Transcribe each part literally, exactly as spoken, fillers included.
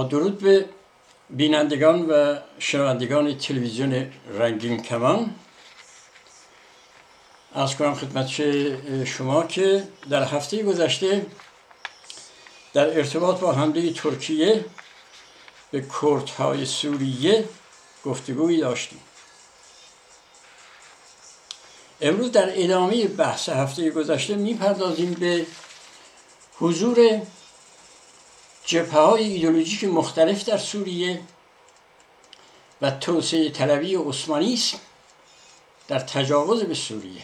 درود به بینندگان و شنوندگان تلویزیون رنگین کمان عرض کنم خدمت شما که در هفته گذشته در ارتباط با حمله ترکیه به کردهای سوریه گفتگویی داشتیم. امروز در ادامه بحث هفته گذشته میپردازیم به حضور جبهه‌های ایدئولوژیک مختلف در سوریه و توسعه طلبی عثمانیسم در تجاوز به سوریه.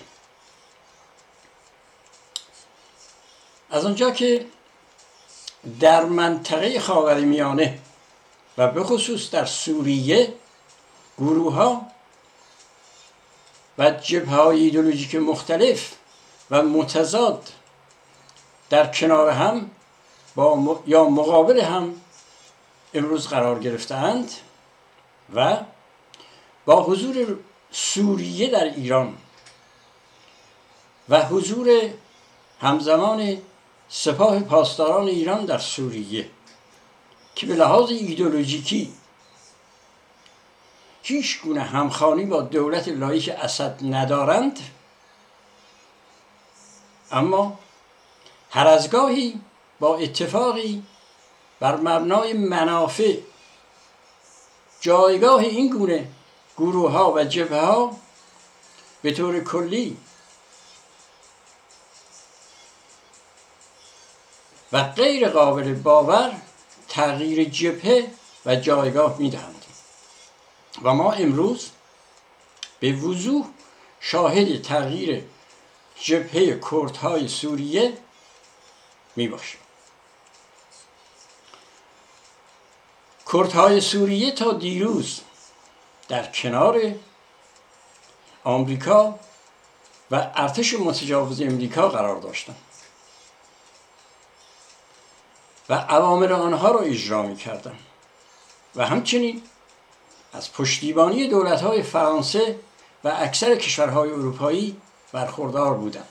از آنجا که در منطقه خاورمیانه و به خصوص در سوریه گروه‌ها و جبهه‌های ایدئولوژیک مختلف و متضاد در کنار هم با م... یا مقابل هم امروز قرار گرفتند و با حضور سوریه در ایران و حضور همزمان سپاه پاسداران ایران در سوریه که به لحاظ ایدئولوژیکی هیچ گونه همخوانی با دولت لایق اسد ندارند، اما هر از گاهی با اتفاقی بر مبنای منافع جایگاه این گونه گروه ها و جبهه ها به طور کلی و غیر قابل باور تغییر جبهه و جایگاه میدهند و ما امروز به وضوح شاهد تغییر جبهه کردهای سوریه می باشیم. کردهای سوریه تا دیروز در کنار آمریکا و ارتش متجاوز آمریکا قرار داشتند و اوامر آنها را اجرا می کردند و همچنین از پشتیبانی دولت‌های فرانسه و اکثر کشورهای اروپایی برخوردار بودند.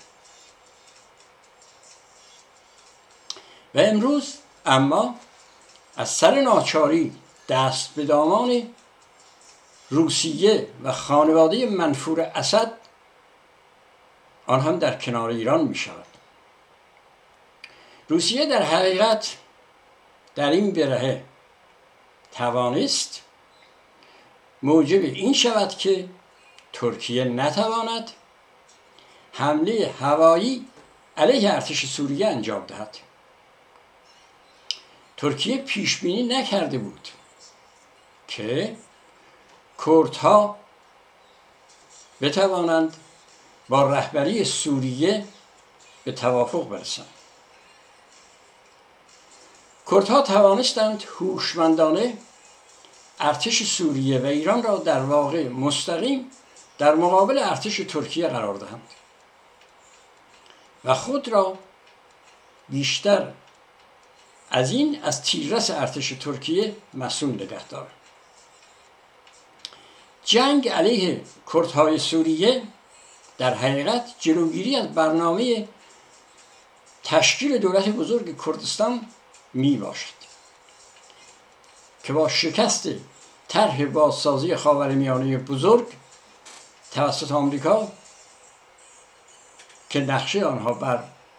و امروز اما از سر ناچاری دست به دامان روسیه و خانواده منفور اسد آن هم در کنار ایران می شود. روسیه در حقیقت در این برهه توانست موجب این شود که ترکیه نتواند حمله هوایی علیه ارتش سوریه انجام دهد. ترکیه پیش بینی نکرده بود که کردها بتوانند با رهبری سوریه به توافق برسند. کردها توانستند هوشمندانه ارتش سوریه و ایران را در واقع مستقیم در مقابل ارتش ترکیه قرار دهند و خود را بیشتر از این از تیررس ارتش ترکیه مسئول نگه دارند. جنگ علیه کردهای سوریه در حقیقت جلوگیری از برنامه تشکیل دولت بزرگ کردستان می باشد که با شکست طرح بازسازی خاورمیانه بزرگ توسط آمریکا که نقشه آنها بر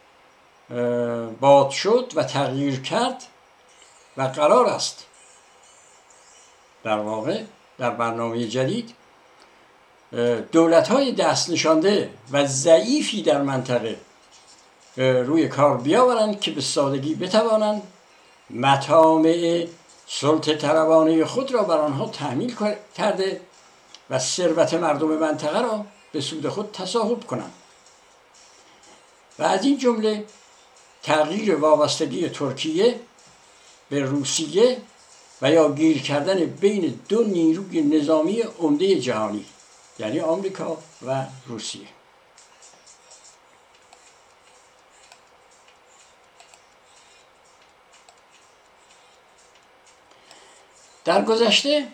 باد شد و تغییر کرد و قرار است در واقع در برنامه جدید دولت‌های دست نشانده و ضعیفی در منطقه روی کار بیاورند که به سادگی بتوانند مطامع سلطه طلبانه خود را بر آنها تحمیل کرده و ثروت مردم منطقه را به سود خود تصاحب کنند و از این جمله تغییر وابستگی ترکیه به روسیه و یا گیر کردن بین دو نیروی نظامی عمده جهانی یعنی آمریکا و روسیه. در گذشته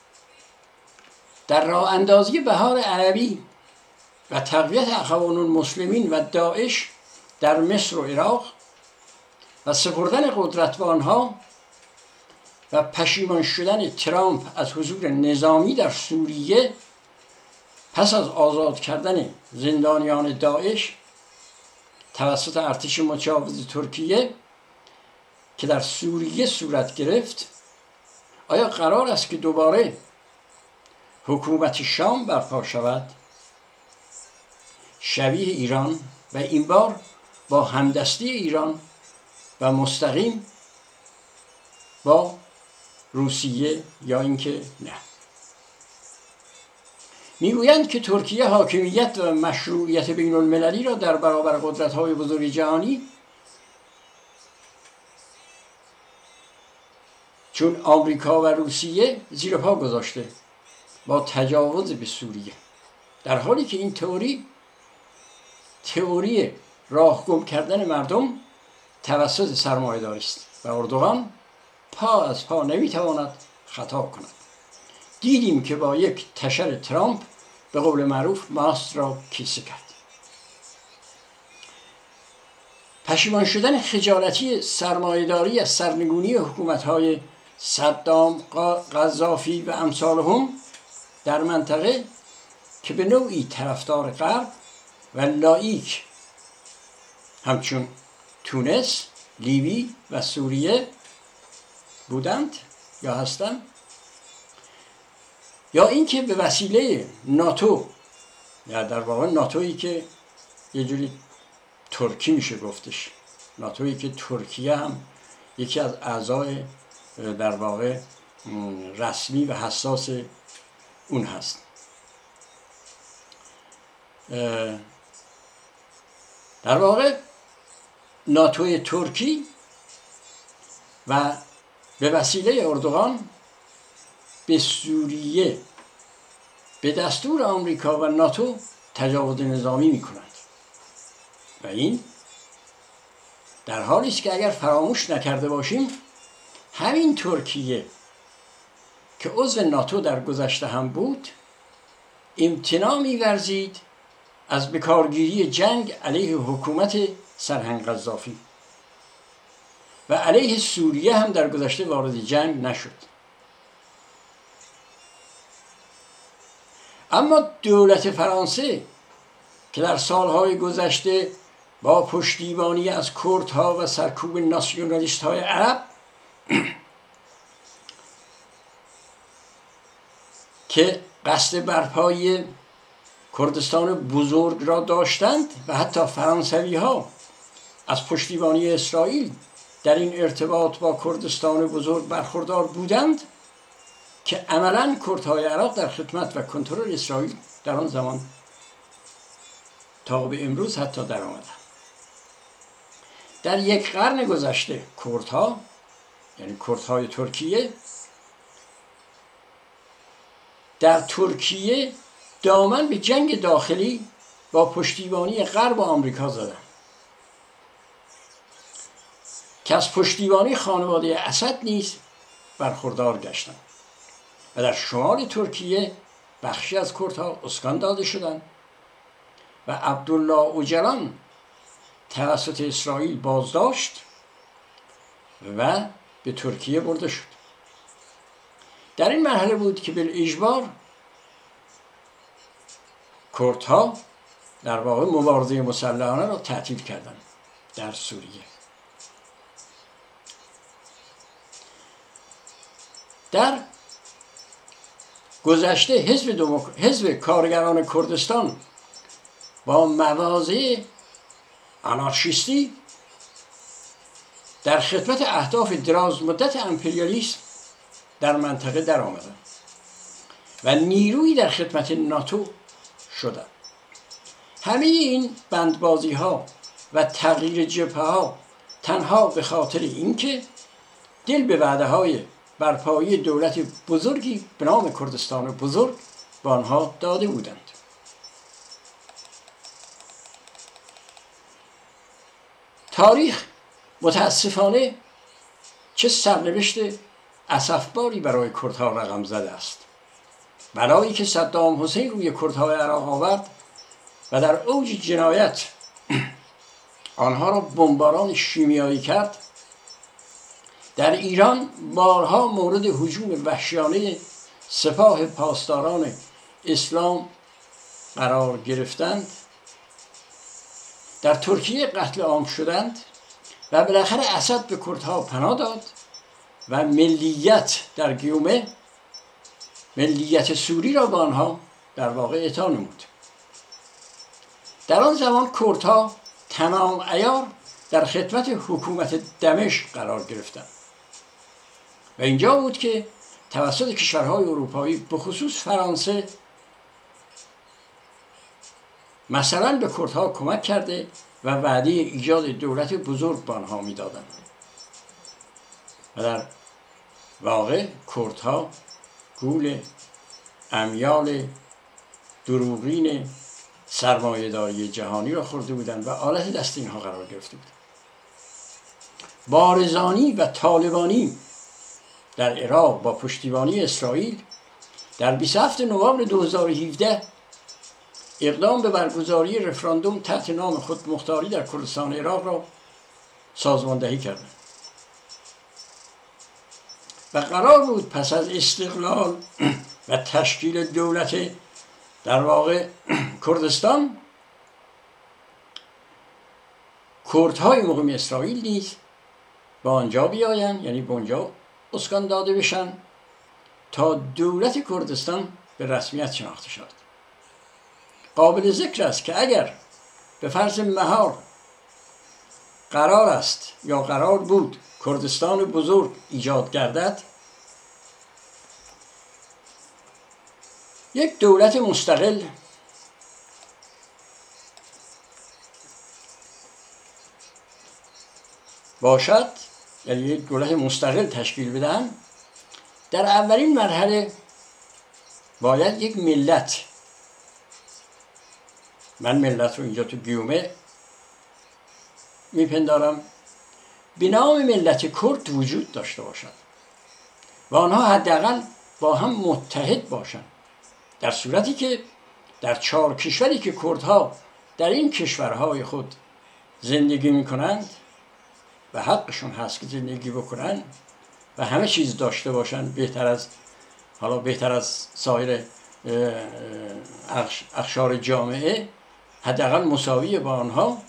در راه اندازی بهار عربی و تقویت اخوان المسلمین و داعش در مصر و عراق و سپردن قدرت به آنها و پشیمان شدن ترامپ از حضور نظامی در سوریه پس از آزاد کردن زندانیان داعش توسط ارتش مجاز ترکیه که در سوریه صورت گرفت، آیا قرار است که دوباره حکومت شام برپا شود شبیه ایران و این بار با همدستی ایران و مستقیم با روسیه، یا اینکه نه؟ میگویند که ترکیه حاکمیت و مشروعیت بین المللی را در برابر قدرت‌های بزرگ جهانی چون آمریکا و روسیه زیر پا گذاشته با تجاوز به سوریه، در حالی که این تئوری تئوری راه گم کردن مردم توسط سرمایه‌داری است و اردوغان پا از پا نمیتواند خطا کند. دیدیم که با یک تشر ترامپ به قول معروف ماست را کیسه کرد. پشیمان شدن خجالتی سرمایه‌داری از سرنگونی حکومت‌های صدام، قذافی و امثالهم در منطقه که به نوعی طرفدار غرب و لایک همچون تونس، لیبی و سوریه بودند یا هستند، یا اینکه به وسیله ناتو، یا در واقع ناتویی که یه جوری ترکی میشه گفتش، ناتویی که ترکیه هم یکی از اعضای در واقع رسمی و حساس اون هست، در واقع ناتوی ترکی و به وسیله اردوغان به سوریه به دستور آمریکا و ناتو تجاوز نظامی میکنند و این در حالی است که اگر فراموش نکرده باشیم همین ترکیه که عضو ناتو در گذشته هم بود امتناع می‌ورزید از بکارگیری جنگ علیه حکومت سرهنگ قذافی و علیه سوریه هم در گذشته وارد جنگ نشد. اما دولت فرانسه که در سالهای گذشته با پشتیبانی از کردها و سرکوب ناسیونالیست‌های عرب که قصد برپایی کردستان بزرگ را داشتند و حتی فرانسوی ها از پشتیبانی اسرائیل در این ارتباط با کردستان بزرگ برخوردار بودند که عملاً کردهای عراق در خدمت و کنترل اسرائیل در آن زمان تا به امروز حتی در آمدند. در یک قرن گذشته کردها، یعنی کردهای ترکیه، در ترکیه دامن به جنگ داخلی با پشتیبانی غرب و آمریکا زدند که از پشتیبانی خانواده اسد نیز برخوردار گشتند و در شمال ترکیه بخشی از کردها اسکان داده شدند و عبدالله اوجلان توسط اسرائیل بازداشت و به ترکیه برده شد. در این مرحله بود که بالاجبار کردها در واقع مبارزه مسلحانه را تعطیل کردند در سوریه. در گذشته حزب, دموک... حزب کارگران کردستان با مواضع آنارشیستی در خدمت اهداف دراز مدت امپریالیسم در منطقه در آمدند و نیرویی در خدمت ناتو شدند. همه این بندبازی ها و تغییر جبهه ها تنها به خاطر اینکه دل به وعده های برپایی دولت بزرگی به نام کردستان بزرگ به آنها داده بودند. تاریخ متاسفانه چه سرنوشت اسفباری برای کردها رقم زده است. بلایی که صدام حسین روی کردهای عراق آورد و در اوج جنایت آنها را بمباران شیمیایی کرد، در ایران بارها مورد هجوم وحشیانه سپاه پاسداران اسلام قرار گرفتند، در ترکیه قتل عام شدند و بالاخره اسد به کردها پناه داد و ملیت در گیومه، ملیت سوری را به آنها در واقع اعطا نمود. در آن زمان کردها تمام عیار در خدمت حکومت دمشق قرار گرفتند و اینجا بود که توسط کشورهای اروپایی به خصوص فرانسه مثلا به کردها کمک کرده و وعده ایجاد دولت بزرگ به آنها میدادند و در واقع کردها گول امیال دروغین سرمایه‌داری جهانی را خورده بودند و آلت دست اینها قرار گرفته بودند. بارزانی و طالبانی در عراق با پشتیبانی اسرائیل در بیست و هفتم نوامبر دو هزار و هفده اقدام به برگزاری رفراندوم تحت نام خودمختاری در کردستان عراق را سازماندهی کردند و قرار بود پس از استقلال و تشکیل دولت در واقع کردستان، کردهای مقیم اسرائیل نیز به آنجا بیایند، یعنی به آنجا اسکان داده بشن تا دولت کردستان به رسمیت شناخته شد. قابل ذکر است که اگر به فرض مهار قرار است یا قرار بود کردستان بزرگ ایجاد گردد، یک دولت مستقل باشد، یعنی یک دولت مستقل تشکیل بدن، در اولین مرحله باید یک ملت، من ملت رو اینجا تو گیومه میپندارم، به نام ملت کرد وجود داشته باشد و آنها حداقل با هم متحد باشند، در صورتی که در چهار کشوری که کردها در این کشورهای خود زندگی میکنند و حقشون هست که زندگی بکنن و همه چیز داشته باشن، بهتر از حالا بهتر از سایر اقشار جامعه، حداقل مساوی با آنها،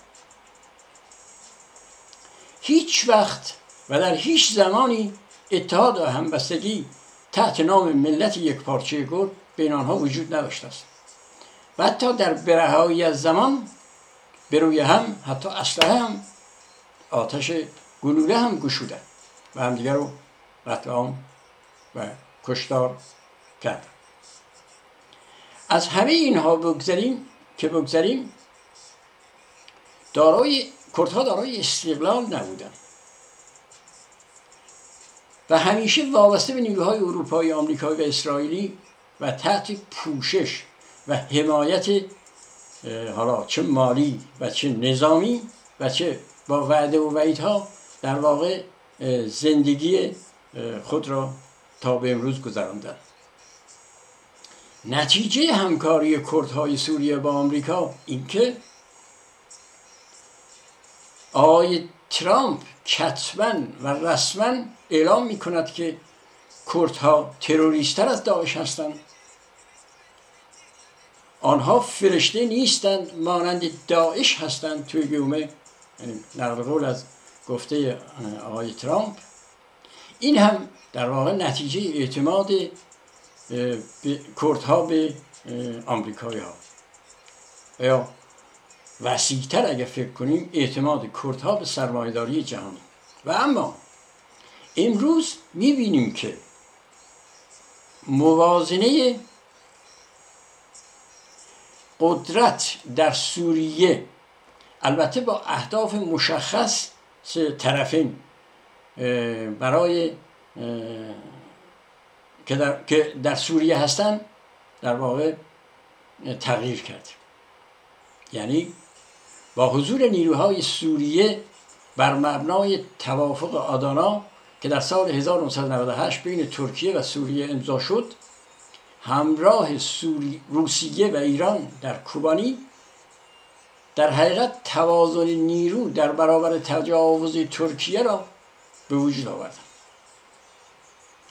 هیچ وقت و در هیچ زمانی اتحاد و همبستگی تحت نام ملت یک پارچه کرد بین آنها وجود نداشته است و حتی در برهه‌ای از زمان به روی هم حتی اسلحه هم آتش گلوله هم گشودن و همدیگر رو قتل عام و کشتار کردن. از همه اینها بگذریم که بگذریم دارای کردها دارای استقلال نبودن و همیشه وابسته به نیروهای اروپایی، آمریکایی و اسرائیلی و تحت پوشش و حمایت حالا چه مالی و چه نظامی و چه با وعده و وعیدها در واقع زندگی خود را تا به امروز گذراندن. نتیجه همکاری کردهای سوریه با آمریکا این که آقای ترامپ کتباً و رسماً اعلام می کند که کردها تروریست‌تر از داعش هستند، آنها فرشته نیستند، مانند داعش هستند توی گیومه، یعنی نقل قول از گفته آقای ترامپ. این هم در واقع نتیجه اعتماد کردها به آمریکایی ها، یا وسیع‌تر اگر فکر کنیم اعتماد کردها به سرمایه‌داری جهانی. و اما امروز می‌بینیم که موازنه قدرت در سوریه، البته با اهداف مشخص طرفین برای که در, که در سوریه هستن، در واقع تغییر کرد. یعنی با حضور نیروهای سوریه بر مبنای توافق آدانا که در سال هزار و نهصد و نود و هشت بین ترکیه و سوریه امضا شد، همراه سوری، روسیه و ایران در کوبانی، در حقیقت توازن نیرو در برابر تجاوز ترکیه را به وجود آورد.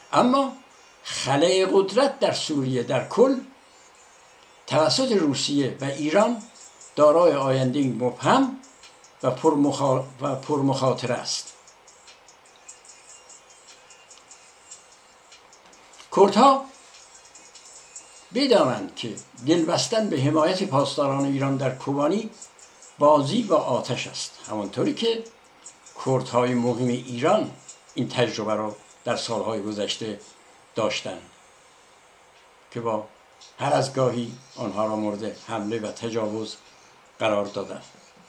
اما خلأ قدرت در سوریه در کل توسط روسیه و ایران دارای آینده مبهم و پرمخا... و پرمخاطره است. کردها بدانند که دل بستن به حمایت پاسداران ایران در کوبانی بازی با آتش است، همانطوری که کردهای مقیم ایران این تجربه را در سالهای گذشته داشتند که با هر از گاهی آنها را مورد حمله و تجاوز قرار دادند.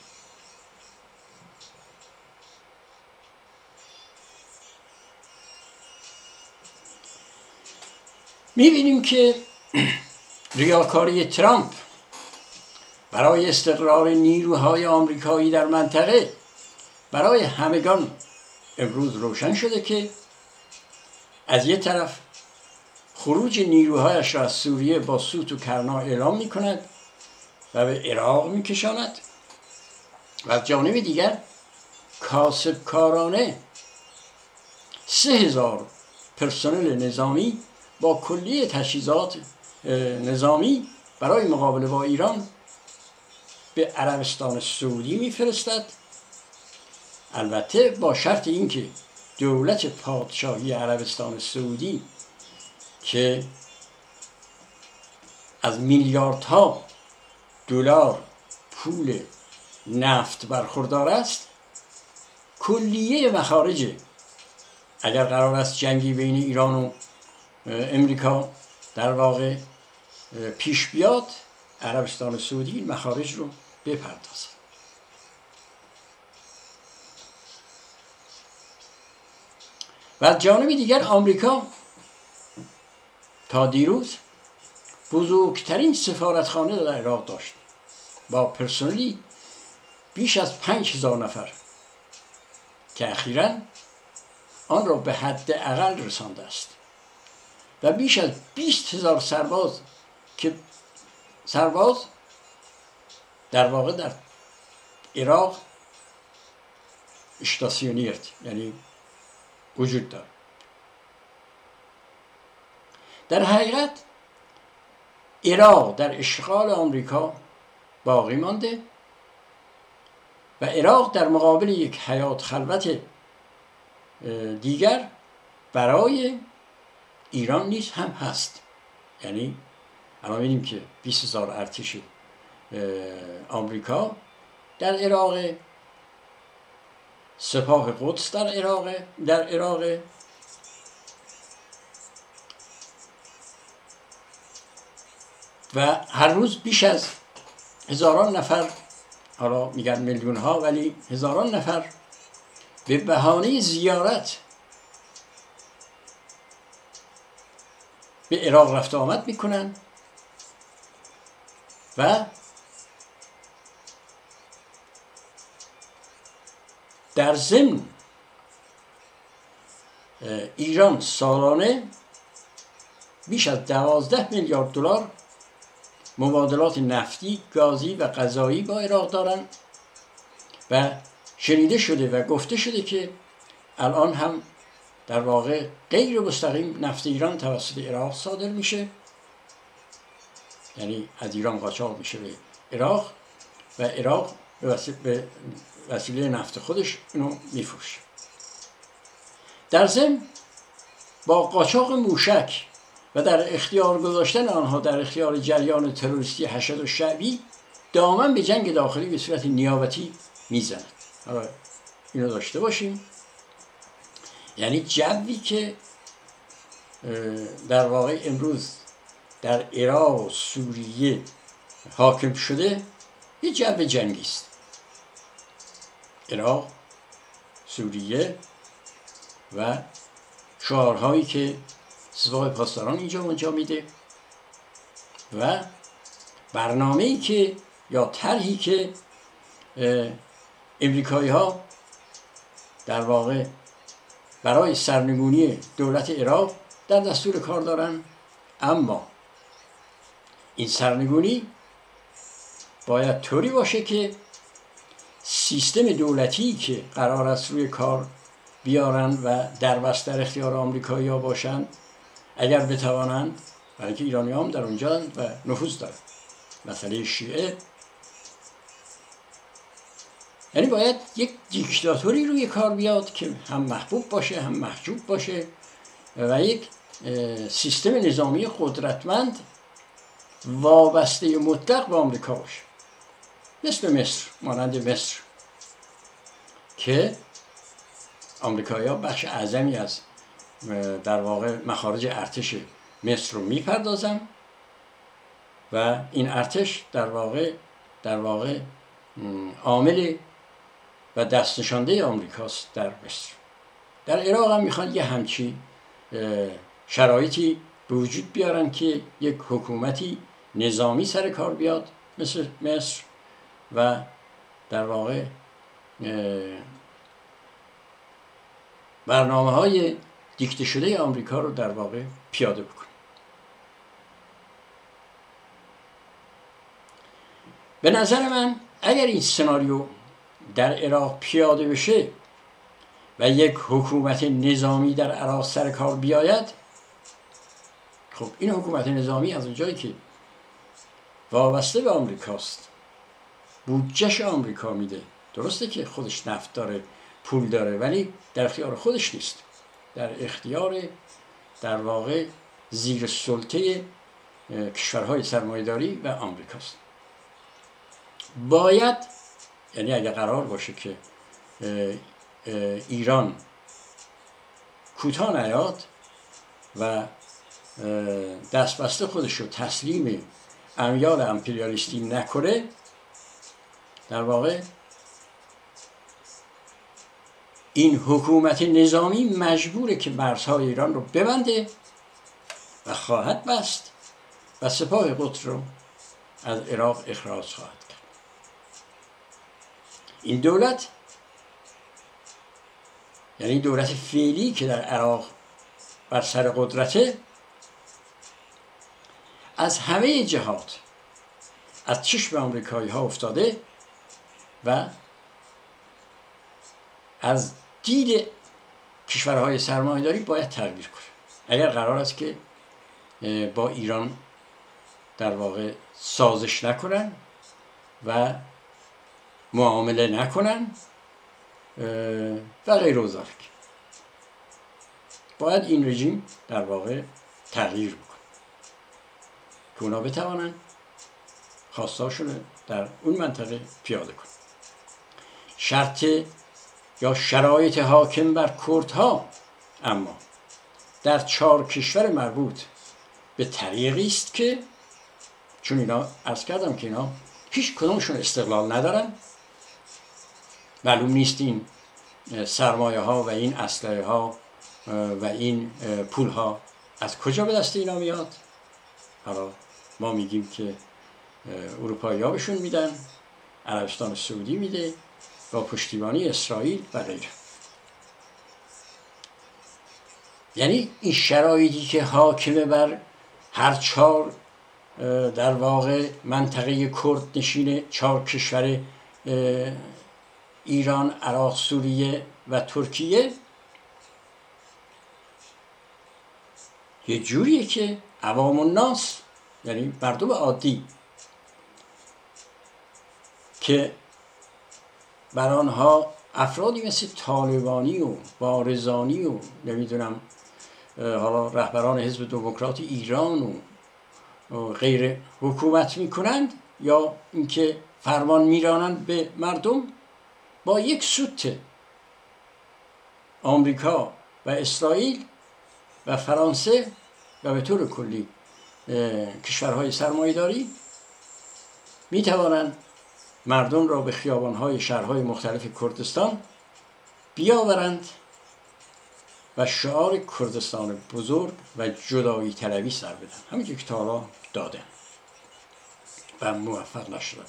می‌بینیم که ریاکاری ترامپ برای استقرار نیروهای آمریکایی در منطقه برای همگان امروز روشن شده که از یک طرف خروج نیروهایش را از سوریه با سوت و کرنا اعلام می کند و به عراق می کشاند و از جانب دیگر کاسبکارانه سه هزار پرسنل نظامی با کلیه تجهیزات نظامی برای مقابله با ایران به عربستان سعودی میفرستد، البته با شرط اینکه دولت پادشاهی عربستان سعودی که از میلیاردها دلار پول نفت برخوردار است کلیه مخارج، اگر قرار است جنگی بین ایران و امریکا در واقع پیش بیاد، عربستان سعودی این مخارج رو بپردازد. و از جانب دیگر آمریکا تا دیروز بزرگترین سفارتخانه در عراق داشت با پرسنلی بیش از پنج هزار نفر که اخیراً آن را به حد اقل رسانده است و بیش از بیست هزار سرباز که سرباز در واقع در عراق اشتاسیونیرد یعنی وجود دارد. در حقیقت عراق در اشغال آمریکا باقی مانده و عراق در مقابل یک حیات خلوت دیگر برای ایران نیز هم هست. یعنی الان می‌بینیم که بیست هزار ارتش آمریکا در عراق، سپاه قدس در عراق در عراق و هر روز بیش از هزاران نفر، حالا میگن میلیون ها ولی هزاران نفر به بهانه زیارت به عراق رفت آمد میکنن و در ضمن ایران سالانه بیش از دوازده میلیارد دلار مبادلات نفتی، گازی و غذایی با عراق دارن و شنیده شده و گفته شده که الان هم در واقع غیر مستقیم نفت ایران توسط عراق صادر میشه، یعنی از ایران قاچاق میشه به عراق و عراق به وسیله نفت خودش اینو میفروشه. در ضمن با قاچاق موشک و در اختیار گذاشتن آنها در اختیار جریان تروریستی حشد الشعبی دامن به جنگ داخلی به صورت نیابتی میزند. حالا اینو داشته باشیم، یعنی جوی که در واقع امروز در عراق و سوریه حاکم شده یه جو جنگی است. عراق، سوریه و شعارهایی که سپاه پاسداران اینجا اونجا میده و برنامه‌ای که یا طرحی که امریکایی ها در واقع برای سرنگونی دولت عراق در دستور کار دارن. اما این سرنگونی باید طوری باشه که سیستم دولتی که قرار است روی کار بیارن و در بست در اختیار آمریکایی ها باشند اگر بتوانند، برای اینکه ایرانی هم در اونجا و نفوذ دارن. مسئله شیعه، یعنی باید یک دیکتاتوری روی کار بیاد که هم محبوب باشه هم محجوب باشه و یک سیستم نظامی قدرتمند وابسته مطلق به آمریکا باشه، مثل مصر، مانند مصر که آمریکایی ها بخش اعظمی از در واقع مخارج ارتش مصر رو میپردازن و این ارتش در واقع در واقع عامل و دست نشانده آمریکاست در مصر. در عراق هم میخوان یه همچی شرایطی به وجود بیارن که یک حکومتی نظامی سر کار بیاد مثل مصر و در واقع برنامه های دیکته شده آمریکا رو در واقع پیاده بکنه. به نظر من اگر این سناریو در عراق پیاده بشه و یک حکومت نظامی در عراق سر کار بیاید، خب این حکومت نظامی از اونجایی که وابسته به آمریکاست، بودجهش آمریکا میده، درسته که خودش نفت داره، پول داره، ولی در اختیار خودش نیست، در اختیار در واقع زیر سلطه کشورهای سرمایه‌داری و آمریکاست. باید، یعنی اگر قرار باشه که ایران کوتاه نیاد و دستبسته خودش رو تسلیم امیال امپریالیستی نکنه، در واقع این حکومت نظامی مجبوره که مرزهای ایران رو ببنده و خواهد بست و سپاه قدس رو از عراق اخراج خواهد کرد. این دولت، یعنی دولت فعلی که در عراق بر سر قدرته، از همه جهات از چشم آمریکایی ها افتاده و از دید کشورهای سرمایه‌داری باید تغییر کنه اگر قرار است که با ایران در واقع سازش نکنن و معامله نکنن و غیر ذالک. باید این رژیم در واقع تغییر بکنه که اونا بتوانن خواستاشون در اون منطقه پیاده کنن. شرط یا شرایط حاکم بر کردها اما در چهار کشور مربوط به طریقی است که، چون اینا عرض کردم که اینا هیچ کدومشون استقلال ندارن، معلوم نیست این سرمایه ها و این اسلحه ها و این پول ها از کجا به دست اینا میاد. حالا ما میگیم که اروپایی ها بهشون میدن، عربستان سعودی میده با پشتیبانی اسرائیل و غیره. یعنی این شرایطی که حاکمه بر هر چهار در واقع منطقه کرد نشین چهار کشور ایران، عراق، سوریه و ترکیه، یه جوریه که عوام الناس، یعنی مردم عادی که بر آنها افرادی مثل طالبانی و بارزانی و نمیدونم حالا رهبران حزب دموکرات ایران و غیر حکومت میکنند یا اینکه فرمان میرانند به مردم، با یک سوت آمریکا و اسرائیل و فرانسه و به طور کلی کشورهای سرمایه‌داری میتوانند مردم را به خیابان‌های شهرهای مختلف کردستان بیاورند و شعار کردستان بزرگ و جدایی طلبی سر بدن، همینجور که تا حالا دادن و موفق نشدن.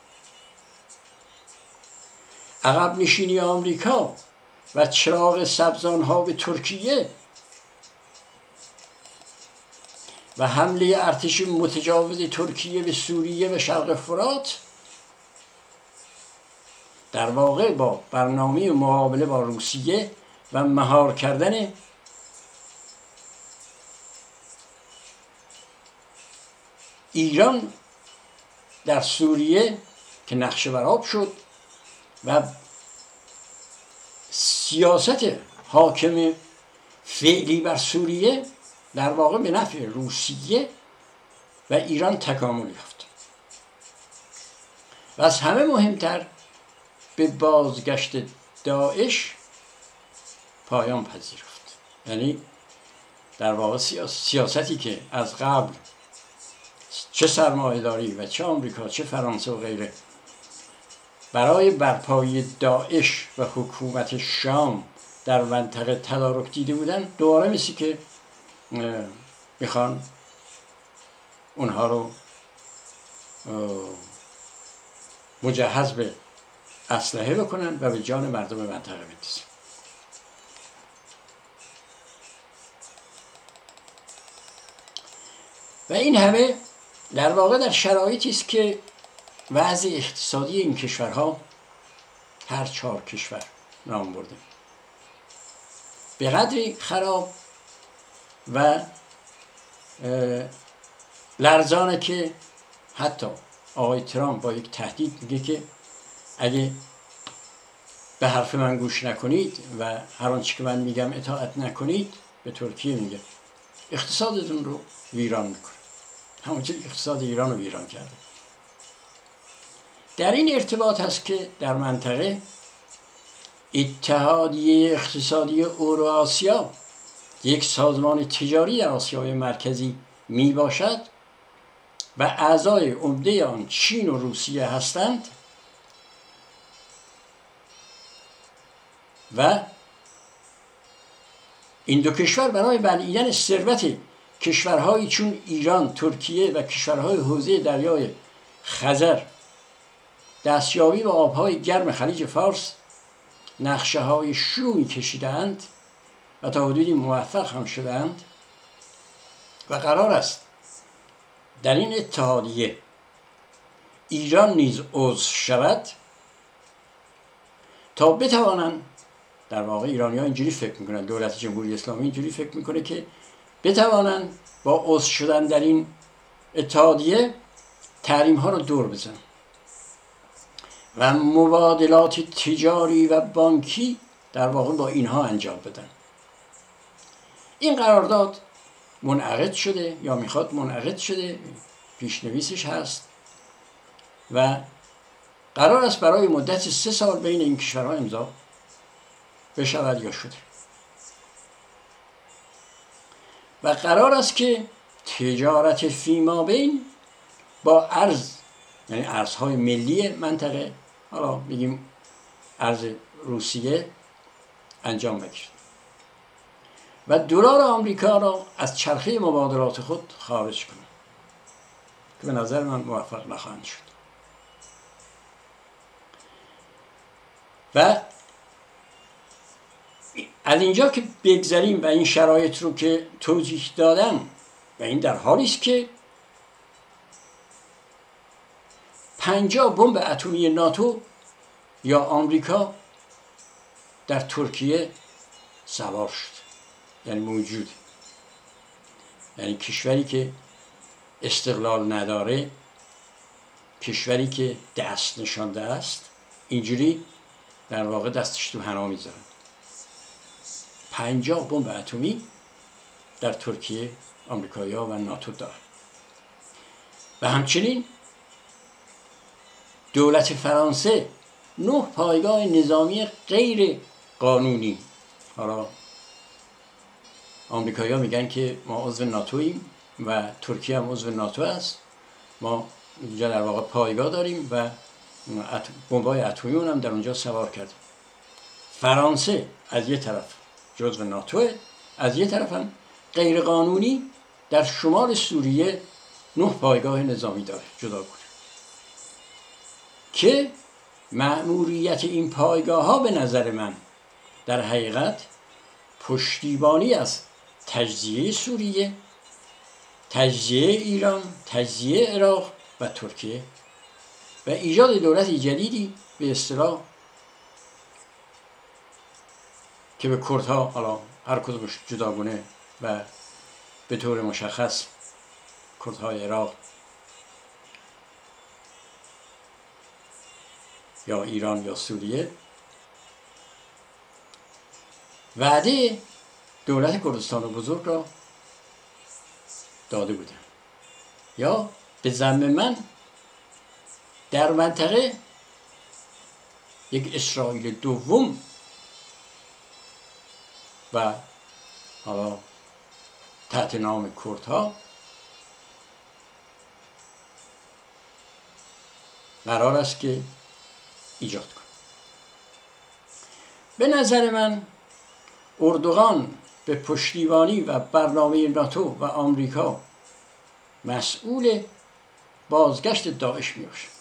عقب نشینی آمریکا و چراغ سبز آنها به ترکیه و حمله ارتش متجاوز ترکیه به سوریه و شرق فرات در واقع با برنامه مقابله با روسیه و مهار کردن ایران در سوریه که نقشه برآب شد و سیاست حاکم فعلی بر سوریه در واقع به نفع روسیه و ایران تکامل یافت و از همه مهمتر به بازگشت داعش پایان پذیرفت. یعنی در واقع سیاستی که از قبل چه سرمایه‌داری و چه آمریکا چه فرانسه و غیره برای برپایی داعش و حکومت شام در منطقه تدارک دیده بودن، دوباره مثل که میخوان اونها رو مجهز به اسلحه بکنن و به جان مردم منطقه بندازن. و این همه در واقع در شرایطی است که وضع اقتصادی این کشورها، هر چهار کشور نام برده، به قدری خراب و لرزانه که حتی آقای ترامپ با یک تهدید میگه که اگه به حرف من گوش نکنید و هر آنچه که من میگم اطاعت نکنید، به ترکیه میگه، اقتصادتون رو ویران میکنه، همونجور اقتصاد ایران رو ویران کرده. در این ارتباط هست که در منطقه اتحادیه اقتصادی اوراسیا، یک سازمان تجاری در آسیای مرکزی می باشد و اعضای عمده آن چین و روسیه هستند و این دو کشور برای بلعیدن ثروت کشورهایی چون ایران، ترکیه و کشورهای حوزه دریای خزر دستیابی به آبهای گرم خلیج فارس نقشه های شومی کشیدند و تا حدودی موفق هم شدند و قرار است در این اتحادیه ایران نیز عضو شود تا بتوانند، در واقع ایرانی ها اینجوری فکر میکنن، دولت جمهوری اسلامی اینجوری فکر میکنه که بتوانند با عضو شدن در این اتحادیه تحریم ها رو دور بزنن و مبادلات تجاری و بانکی در واقع با اینها انجام بدن. این قرارداد منعقد شده یا میخواد منعقد شده، پیشنویسش هست و قرار است برای مدت سه سال بین این کشورها امضا بشود یا شده و قرار است که تجارت فیما بین با ارز، یعنی ارزهای ملی منطقه، حالا بگیم ارز روسیه، انجام بگیرد و دلار آمریکا را از چرخه مبادلات خود خارج کنند که به نظر من موفق نخواهند شد. و از اینجا که بگذریم و این شرایط رو که توضیح دادم، و این در حالی است که پنجاه بمب اتمی ناتو یا آمریکا در ترکیه سوار شد، یعنی موجود، یعنی کشوری که استقلال نداره، کشوری که دست نشانده است، اینجوری در واقع دستش تو حنا میذارن. پنجاه بمب اتمی در ترکیه آمریکایی‌ها و ناتو دارن و همچنین دولت فرانسه نه پایگاه نظامی غیر قانونی، حالا آمریکایی‌ها میگن که ما عضو ناتوییم و ترکیه هم عضو ناتو است، ما اینجا در واقع پایگاه داریم و بمب‌های اتمی هم در اونجا سوار کردیم. فرانسه از یه طرف جزو ناتوه، از یه طرف هم غیر قانونی در شمال سوریه نه پایگاه نظامی داره جداگانه که مأموریت این پایگاه ها به نظر من در حقیقت پشتیبانی از تجزیه سوریه، تجزیه ایران، تجزیه عراق و ترکیه و ایجاد دولت جدیدی به اصطلاح که به کردها حالا هر کدومش جداگونه و به طور مشخص کردهای عراق یا ایران یا سوریه وعده دولت کردستان بزرگ را داده بودن، یا به زعم من در منطقه یک اسرائیل دوم و حالا تحت نام کردها قرار است که ایجاد کنه. به نظر من اردوغان به پشتیبانی و برنامه ناتو و آمریکا مسئول بازگشت داعش می باشه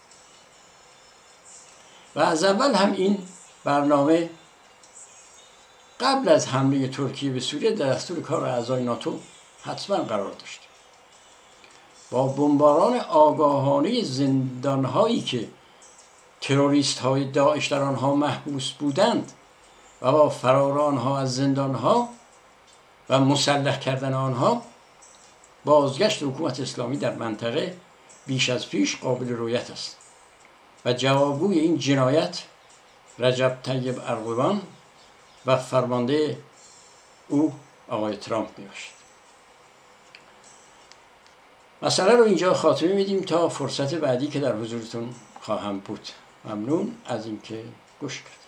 و از اول هم این برنامه قبل از حمله ترکیه به سوریه در دستور کار اعضای ناتو حتما قرار داشت. با بمباران آگاهانه زندانهایی که تروریست های داعش در آنها محبوس بودند و با فرار آنها از زندانها و مسلح کردن آنها، بازگشت حکومت اسلامی در منطقه بیش از پیش قابل رویت است و جوابگوی این جنایت رجب طیب اردوغان و فرمانده او آقای ترامپ می باشد. مسئله رو اینجا خاتمه میدیم تا فرصت بعدی که در حضورتون خواهم بود. ممنون از اینکه گوش کردید.